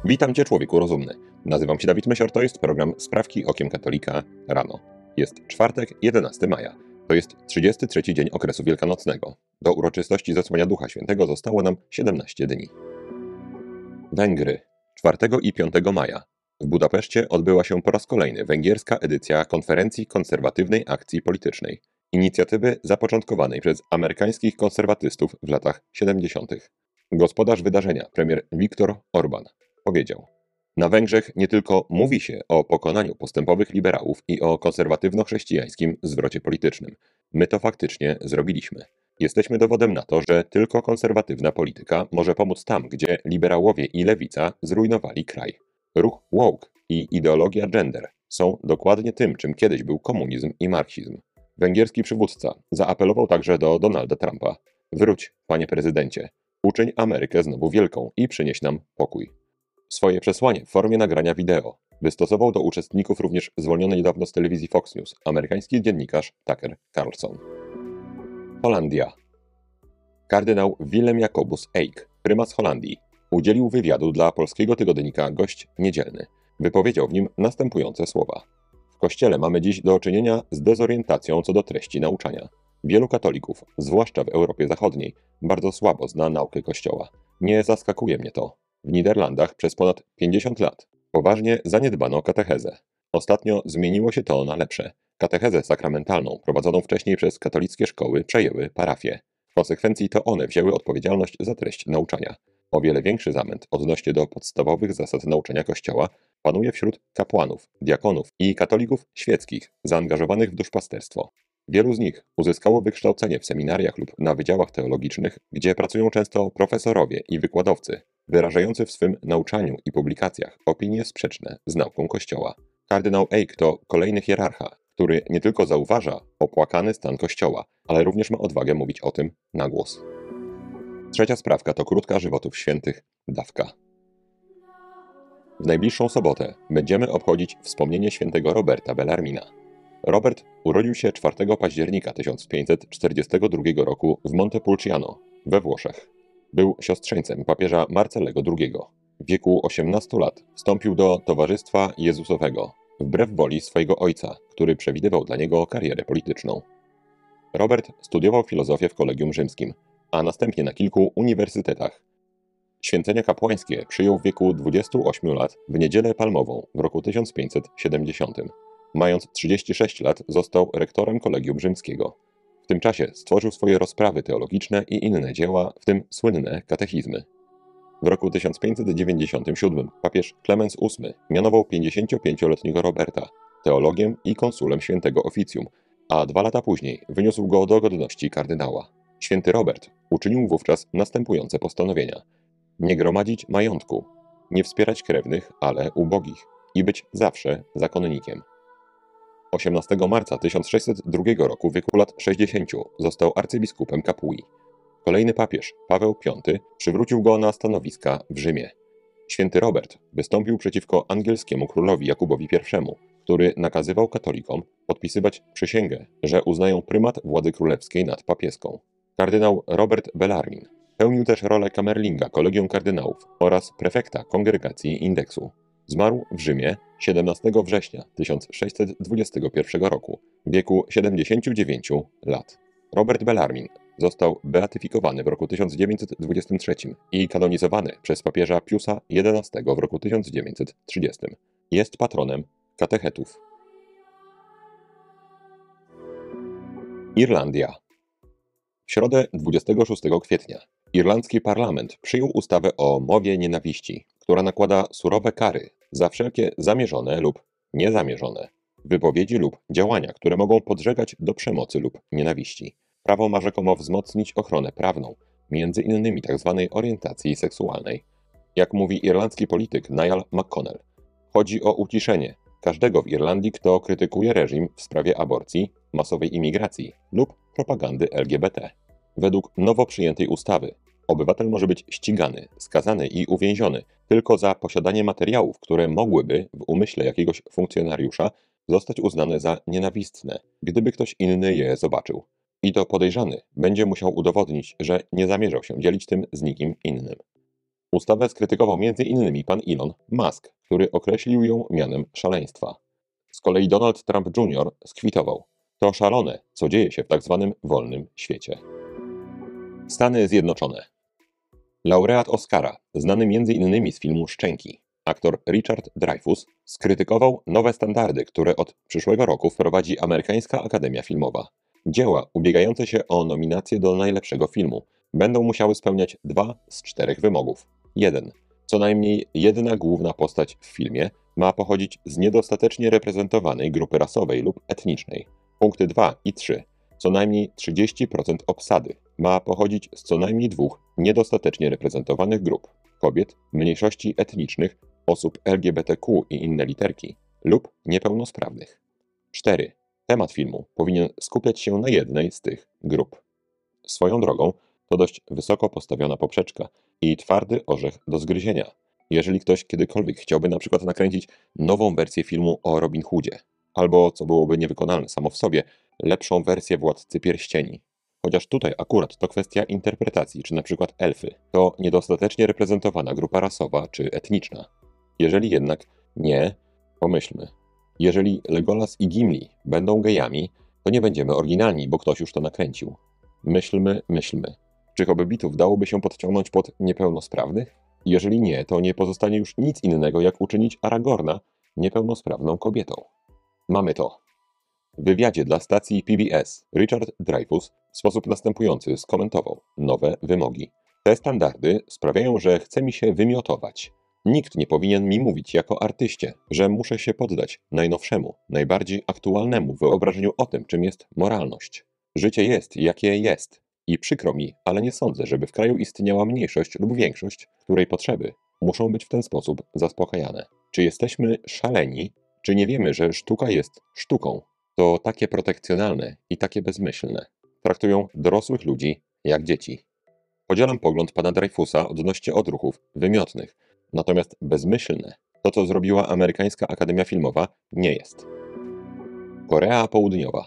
Witam Cię, człowieku rozumny. Nazywam się Dawid Mysior, to jest program Sprawki Okiem Katolika rano. Jest czwartek, 11 maja. To jest 33 dzień okresu wielkanocnego. Do uroczystości zesłania Ducha Świętego zostało nam 17 dni. Węgry. 4 i 5 maja. W Budapeszcie odbyła się po raz kolejny węgierska edycja Konferencji Konserwatywnej Akcji Politycznej, inicjatywy zapoczątkowanej przez amerykańskich konserwatystów w latach 70. Gospodarz wydarzenia, premier Viktor Orbán, powiedział: na Węgrzech nie tylko mówi się o pokonaniu postępowych liberałów i o konserwatywno-chrześcijańskim zwrocie politycznym. My to faktycznie zrobiliśmy. Jesteśmy dowodem na to, że tylko konserwatywna polityka może pomóc tam, gdzie liberałowie i lewica zrujnowali kraj. Ruch woke i ideologia gender są dokładnie tym, czym kiedyś był komunizm i marksizm. Węgierski przywódca zaapelował także do Donalda Trumpa: wróć, panie prezydencie, uczyń Amerykę znowu wielką i przynieś nam pokój. Swoje przesłanie w formie nagrania wideo wystosował do uczestników również zwolniony niedawno z telewizji Fox News amerykański dziennikarz Tucker Carlson. Holandia. Kardynał Willem Jacobus Eijk, prymas Holandii, udzielił wywiadu dla polskiego tygodnika Gość Niedzielny. Wypowiedział w nim następujące słowa: w Kościele mamy dziś do czynienia z dezorientacją co do treści nauczania. Wielu katolików, zwłaszcza w Europie Zachodniej, bardzo słabo zna naukę Kościoła. Nie zaskakuje mnie to. W Niderlandach przez ponad 50 lat poważnie zaniedbano katechezę. Ostatnio zmieniło się to na lepsze. Katechezę sakramentalną, prowadzoną wcześniej przez katolickie szkoły, przejęły parafie. W konsekwencji to one wzięły odpowiedzialność za treść nauczania. O wiele większy zamęt odnośnie do podstawowych zasad nauczania Kościoła panuje wśród kapłanów, diakonów i katolików świeckich zaangażowanych w duszpasterstwo. Wielu z nich uzyskało wykształcenie w seminariach lub na wydziałach teologicznych, gdzie pracują często profesorowie i wykładowcy, wyrażający w swym nauczaniu i publikacjach opinie sprzeczne z nauką Kościoła. Kardynał Eijk to kolejny hierarcha, który nie tylko zauważa opłakany stan Kościoła, ale również ma odwagę mówić o tym na głos. Trzecia sprawka to krótka żywotów świętych dawka. W najbliższą sobotę będziemy obchodzić wspomnienie świętego Roberta Bellarmina. Robert urodził się 4 października 1542 roku w Montepulciano we Włoszech. Był siostrzeńcem papieża Marcelego II. W wieku 18 lat wstąpił do Towarzystwa Jezusowego, wbrew woli swojego ojca, który przewidywał dla niego karierę polityczną. Robert studiował filozofię w Kolegium Rzymskim, a następnie na kilku uniwersytetach. Święcenia kapłańskie przyjął w wieku 28 lat w Niedzielę Palmową w roku 1570. Mając 36 lat, został rektorem Kolegium Rzymskiego. W tym czasie stworzył swoje rozprawy teologiczne i inne dzieła, w tym słynne katechizmy. W roku 1597 papież Klemens VIII mianował 55-letniego Roberta teologiem i konsulem świętego oficjum, a 2 lata później wyniósł go do godności kardynała. Święty Robert uczynił wówczas następujące postanowienia: nie gromadzić majątku, nie wspierać krewnych, ale ubogich i być zawsze zakonnikiem. 18 marca 1602 roku w wieku lat 60 został arcybiskupem Kapui. Kolejny papież, Paweł V, przywrócił go na stanowiska w Rzymie. Święty Robert wystąpił przeciwko angielskiemu królowi Jakubowi I, który nakazywał katolikom podpisywać przysięgę, że uznają prymat władzy królewskiej nad papieską. Kardynał Robert Bellarmin pełnił też rolę kamerlinga Kolegium Kardynałów oraz prefekta Kongregacji Indeksu. Zmarł w Rzymie 17 września 1621 roku w wieku 79 lat. Robert Bellarmin został beatyfikowany w roku 1923 i kanonizowany przez papieża Piusa XI w roku 1930. Jest patronem katechetów. Irlandia. W środę 26 kwietnia irlandzki parlament przyjął ustawę o mowie nienawiści, która nakłada surowe kary za wszelkie zamierzone lub niezamierzone wypowiedzi lub działania, które mogą podżegać do przemocy lub nienawiści. Prawo ma rzekomo wzmocnić ochronę prawną, między innymi tzw. orientacji seksualnej. Jak mówi irlandzki polityk Niall McConnell, chodzi o uciszenie każdego w Irlandii, kto krytykuje reżim w sprawie aborcji, masowej imigracji lub propagandy LGBT. Według nowo przyjętej ustawy obywatel może być ścigany, skazany i uwięziony tylko za posiadanie materiałów, które mogłyby w umyśle jakiegoś funkcjonariusza zostać uznane za nienawistne, gdyby ktoś inny je zobaczył. I to podejrzany będzie musiał udowodnić, że nie zamierzał się dzielić tym z nikim innym. Ustawę skrytykował m.in. pan Elon Musk, który określił ją mianem szaleństwa. Z kolei Donald Trump Jr. skwitował: to szalone, co dzieje się w tak zwanym wolnym świecie. Stany Zjednoczone. Laureat Oscara, znany m.in. z filmu Szczęki, aktor Richard Dreyfuss, skrytykował nowe standardy, które od przyszłego roku wprowadzi Amerykańska Akademia Filmowa. Dzieła ubiegające się o nominację do najlepszego filmu będą musiały spełniać 2 z 4 wymogów. 1. Co najmniej jedna główna postać w filmie ma pochodzić z niedostatecznie reprezentowanej grupy rasowej lub etnicznej. Punkty 2 i 3. Co najmniej 30% obsady ma pochodzić z co najmniej 2 niedostatecznie reprezentowanych grup: kobiet, mniejszości etnicznych, osób LGBTQ i inne literki lub niepełnosprawnych. 4. Temat filmu powinien skupiać się na jednej z tych grup. Swoją drogą to dość wysoko postawiona poprzeczka i twardy orzech do zgryzienia, jeżeli ktoś kiedykolwiek chciałby na przykład nakręcić nową wersję filmu o Robin Hoodzie, albo, co byłoby niewykonalne samo w sobie, lepszą wersję Władcy Pierścieni. Chociaż tutaj akurat to kwestia interpretacji, czy na przykład elfy to niedostatecznie reprezentowana grupa rasowa czy etniczna. Jeżeli jednak nie, pomyślmy. Jeżeli Legolas i Gimli będą gejami, to nie będziemy oryginalni, bo ktoś już to nakręcił. Myślmy. Czy hobbitów dałoby się podciągnąć pod niepełnosprawnych? Jeżeli nie, to nie pozostanie już nic innego, jak uczynić Aragorna niepełnosprawną kobietą. Mamy to. W wywiadzie dla stacji PBS Richard Dreyfuss w sposób następujący skomentował nowe wymogi. Te standardy sprawiają, że chce mi się wymiotować. Nikt nie powinien mi mówić jako artyście, że muszę się poddać najnowszemu, najbardziej aktualnemu wyobrażeniu o tym, czym jest moralność. Życie jest, jakie jest. I przykro mi, ale nie sądzę, żeby w kraju istniała mniejszość lub większość, której potrzeby muszą być w ten sposób zaspokajane. Czy jesteśmy szaleni, czy nie wiemy, że sztuka jest sztuką? To takie protekcjonalne i takie bezmyślne. Traktują dorosłych ludzi jak dzieci. Podzielam pogląd pana Dreyfussa odnośnie odruchów wymiotnych, natomiast bezmyślne to, co zrobiła Amerykańska Akademia Filmowa, nie jest. Korea Południowa.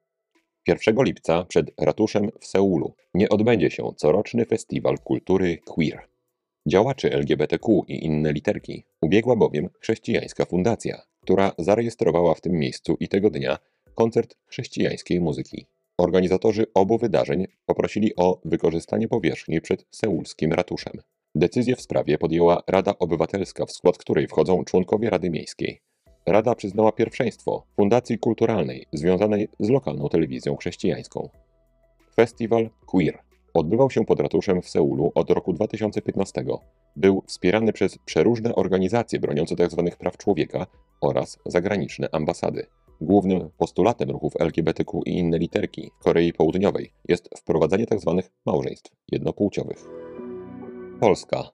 1 lipca przed ratuszem w Seulu nie odbędzie się coroczny festiwal kultury queer. Działaczy LGBTQ i inne literki ubiegła bowiem chrześcijańska fundacja, która zarejestrowała w tym miejscu i tego dnia koncert chrześcijańskiej muzyki. Organizatorzy obu wydarzeń poprosili o wykorzystanie powierzchni przed seulskim ratuszem. Decyzję w sprawie podjęła Rada Obywatelska, w skład której wchodzą członkowie Rady Miejskiej. Rada przyznała pierwszeństwo fundacji kulturalnej związanej z lokalną telewizją chrześcijańską. Festiwal Queer odbywał się pod ratuszem w Seulu od roku 2015. Był wspierany przez przeróżne organizacje broniące tzw. praw człowieka oraz zagraniczne ambasady. Głównym postulatem ruchów LGBTQ i inne literki w Korei Południowej jest wprowadzenie tzw. małżeństw jednopłciowych. Polska.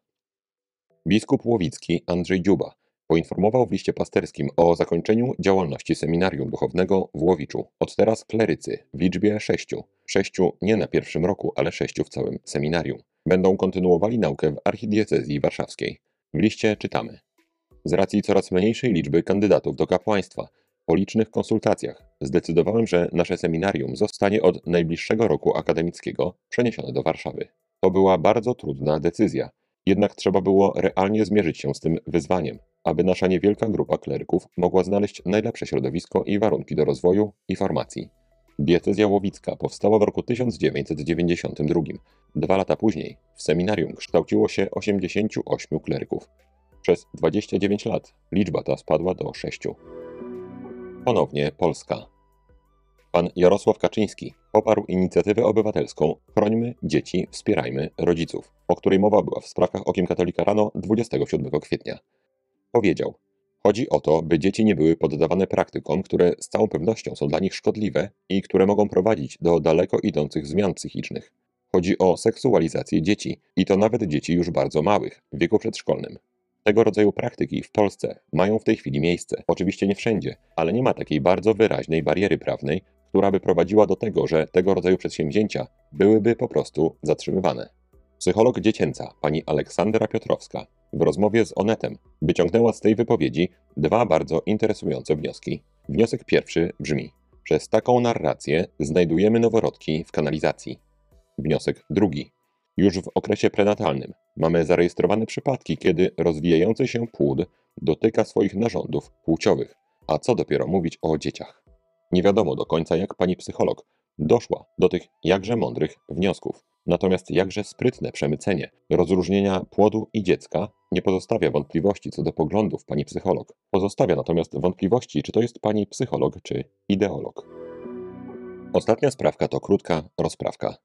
Biskup łowicki Andrzej Dziuba poinformował w liście pasterskim o zakończeniu działalności seminarium duchownego w Łowiczu. Od teraz klerycy w liczbie 6. 6 nie na pierwszym roku, ale 6 w całym seminarium. Będą kontynuowali naukę w archidiecezji warszawskiej. W liście czytamy: z racji coraz mniejszej liczby kandydatów do kapłaństwa, po licznych konsultacjach zdecydowałem, że nasze seminarium zostanie od najbliższego roku akademickiego przeniesione do Warszawy. To była bardzo trudna decyzja, jednak trzeba było realnie zmierzyć się z tym wyzwaniem, aby nasza niewielka grupa kleryków mogła znaleźć najlepsze środowisko i warunki do rozwoju i formacji. Diecezja łowicka powstała w roku 1992. 2 lata później w seminarium kształciło się 88 kleryków. Przez 29 lat liczba ta spadła do 6. Ponownie Polska. Pan Jarosław Kaczyński poparł inicjatywę obywatelską Chrońmy dzieci, wspierajmy rodziców, o której mowa była w sprawkach Okiem Katolika rano 27 kwietnia. Powiedział: chodzi o to, by dzieci nie były poddawane praktykom, które z całą pewnością są dla nich szkodliwe i które mogą prowadzić do daleko idących zmian psychicznych. Chodzi o seksualizację dzieci i to nawet dzieci już bardzo małych, w wieku przedszkolnym. Tego rodzaju praktyki w Polsce mają w tej chwili miejsce. Oczywiście nie wszędzie, ale nie ma takiej bardzo wyraźnej bariery prawnej, która by prowadziła do tego, że tego rodzaju przedsięwzięcia byłyby po prostu zatrzymywane. Psycholog dziecięca pani Aleksandra Piotrowska w rozmowie z Onetem wyciągnęła z tej wypowiedzi 2 bardzo interesujące wnioski. Wniosek pierwszy brzmi: przez taką narrację znajdujemy noworodki w kanalizacji. Wniosek drugi: już w okresie prenatalnym Mamy zarejestrowane przypadki, kiedy rozwijający się płód dotyka swoich narządów płciowych, a co dopiero mówić o dzieciach. Nie wiadomo do końca, jak pani psycholog doszła do tych jakże mądrych wniosków. Natomiast jakże sprytne przemycenie rozróżnienia płodu i dziecka nie pozostawia wątpliwości co do poglądów pani psycholog. Pozostawia natomiast wątpliwości, czy to jest pani psycholog, czy ideolog. Ostatnia sprawka to krótka rozprawka.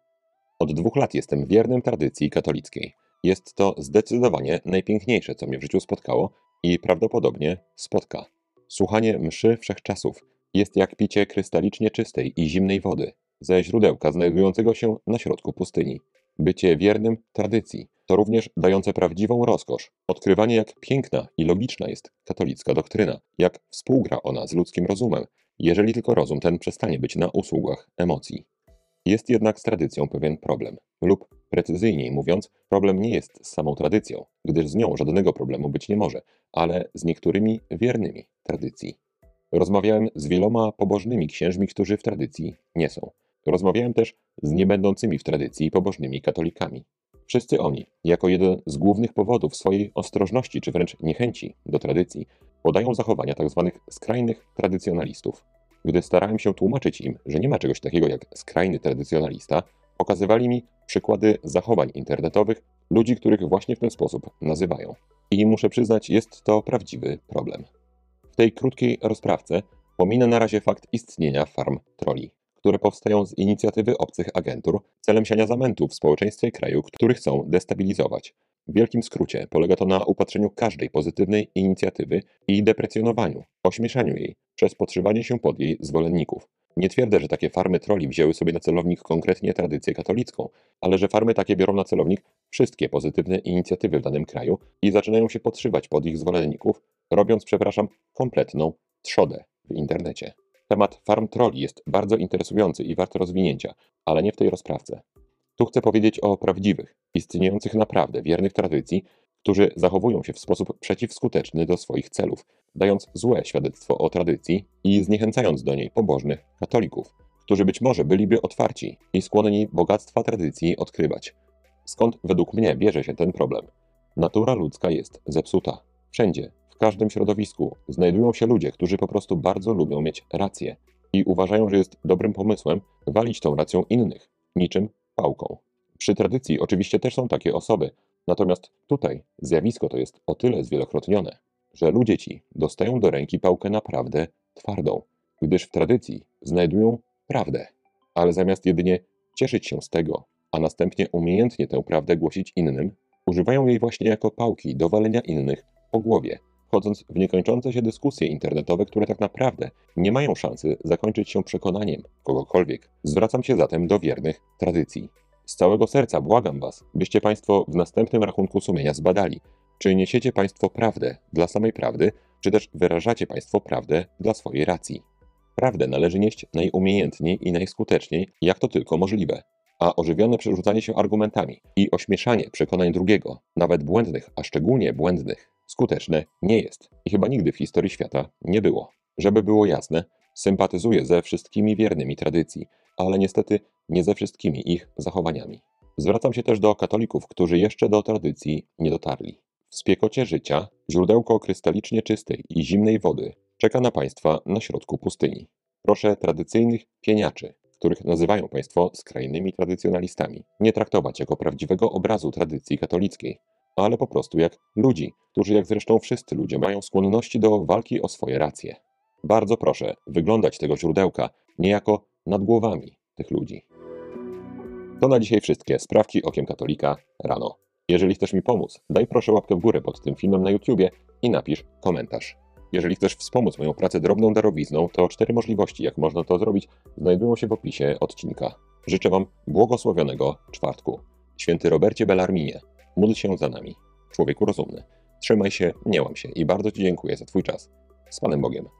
Od 2 lat jestem wiernym tradycji katolickiej. Jest to zdecydowanie najpiękniejsze, co mnie w życiu spotkało i prawdopodobnie spotka. Słuchanie mszy wszechczasów jest jak picie krystalicznie czystej i zimnej wody ze źródełka znajdującego się na środku pustyni. Bycie wiernym tradycji to również dające prawdziwą rozkosz, odkrywanie jak piękna i logiczna jest katolicka doktryna, jak współgra ona z ludzkim rozumem, jeżeli tylko rozum ten przestanie być na usługach emocji. Jest jednak z tradycją pewien problem, lub precyzyjniej mówiąc, problem nie jest z samą tradycją, gdyż z nią żadnego problemu być nie może, ale z niektórymi wiernymi tradycji. Rozmawiałem z wieloma pobożnymi księżmi, którzy w tradycji nie są. Rozmawiałem też z niebędącymi w tradycji pobożnymi katolikami. Wszyscy oni, jako jeden z głównych powodów swojej ostrożności czy wręcz niechęci do tradycji, podają zachowania tzw. skrajnych tradycjonalistów. Gdy starałem się tłumaczyć im, że nie ma czegoś takiego jak skrajny tradycjonalista, pokazywali mi przykłady zachowań internetowych ludzi, których właśnie w ten sposób nazywają. I muszę przyznać, jest to prawdziwy problem. W tej krótkiej rozprawce pominę na razie fakt istnienia farm trolli, które powstają z inicjatywy obcych agentur celem siania zamętu w społeczeństwie kraju, który chcą destabilizować. W wielkim skrócie polega to na upatrzeniu każdej pozytywnej inicjatywy i deprecjonowaniu, ośmieszaniu jej przez podszywanie się pod jej zwolenników. Nie twierdzę, że takie farmy trolli wzięły sobie na celownik konkretnie tradycję katolicką, ale że farmy takie biorą na celownik wszystkie pozytywne inicjatywy w danym kraju i zaczynają się podszywać pod ich zwolenników, robiąc, kompletną trzodę w internecie. Temat farm trolli jest bardzo interesujący i wart rozwinięcia, ale nie w tej rozprawce. Tu chcę powiedzieć o prawdziwych, istniejących naprawdę wiernych tradycji, którzy zachowują się w sposób przeciwskuteczny do swoich celów, dając złe świadectwo o tradycji i zniechęcając do niej pobożnych katolików, którzy być może byliby otwarci i skłonni bogactwa tradycji odkrywać. Skąd według mnie bierze się ten problem? Natura ludzka jest zepsuta. Wszędzie, w każdym środowisku znajdują się ludzie, którzy po prostu bardzo lubią mieć rację i uważają, że jest dobrym pomysłem walić tą racją innych, niczym pałką. Przy tradycji oczywiście też są takie osoby, natomiast tutaj zjawisko to jest o tyle zwielokrotnione, że ludzie ci dostają do ręki pałkę naprawdę twardą, gdyż w tradycji znajdują prawdę, ale zamiast jedynie cieszyć się z tego, a następnie umiejętnie tę prawdę głosić innym, używają jej właśnie jako pałki do walenia innych po głowie, wchodząc w niekończące się dyskusje internetowe, które tak naprawdę nie mają szansy zakończyć się przekonaniem kogokolwiek. Zwracam się zatem do wiernych tradycji. Z całego serca błagam was, byście państwo w następnym rachunku sumienia zbadali, czy niesiecie państwo prawdę dla samej prawdy, czy też wyrażacie państwo prawdę dla swojej racji. Prawdę należy nieść najumiejętniej i najskuteczniej, jak to tylko możliwe. A ożywione przerzucanie się argumentami i ośmieszanie przekonań drugiego, nawet błędnych, a szczególnie błędnych, skuteczne nie jest i chyba nigdy w historii świata nie było. Żeby było jasne, sympatyzuję ze wszystkimi wiernymi tradycji, ale niestety nie ze wszystkimi ich zachowaniami. Zwracam się też do katolików, którzy jeszcze do tradycji nie dotarli. W spiekocie życia źródełko krystalicznie czystej i zimnej wody czeka na państwa na środku pustyni. Proszę tradycyjnych pieniaczy, których nazywają państwo skrajnymi tradycjonalistami, nie traktować jako prawdziwego obrazu tradycji katolickiej, ale po prostu jak ludzi, którzy jak zresztą wszyscy ludzie mają skłonności do walki o swoje racje. Bardzo proszę wyglądać tego źródełka niejako nad głowami tych ludzi. To na dzisiaj wszystkie sprawki okiem katolika rano. Jeżeli chcesz mi pomóc, daj proszę łapkę w górę pod tym filmem na YouTubie i napisz komentarz. Jeżeli chcesz wspomóc moją pracę drobną darowizną, to 4 możliwości, jak można to zrobić, znajdują się w opisie odcinka. Życzę wam błogosławionego czwartku. Święty Robercie Bellarminie, módl się za nami. Człowieku rozumny. Trzymaj się, nie łam się i bardzo ci dziękuję za twój czas. Z Panem Bogiem.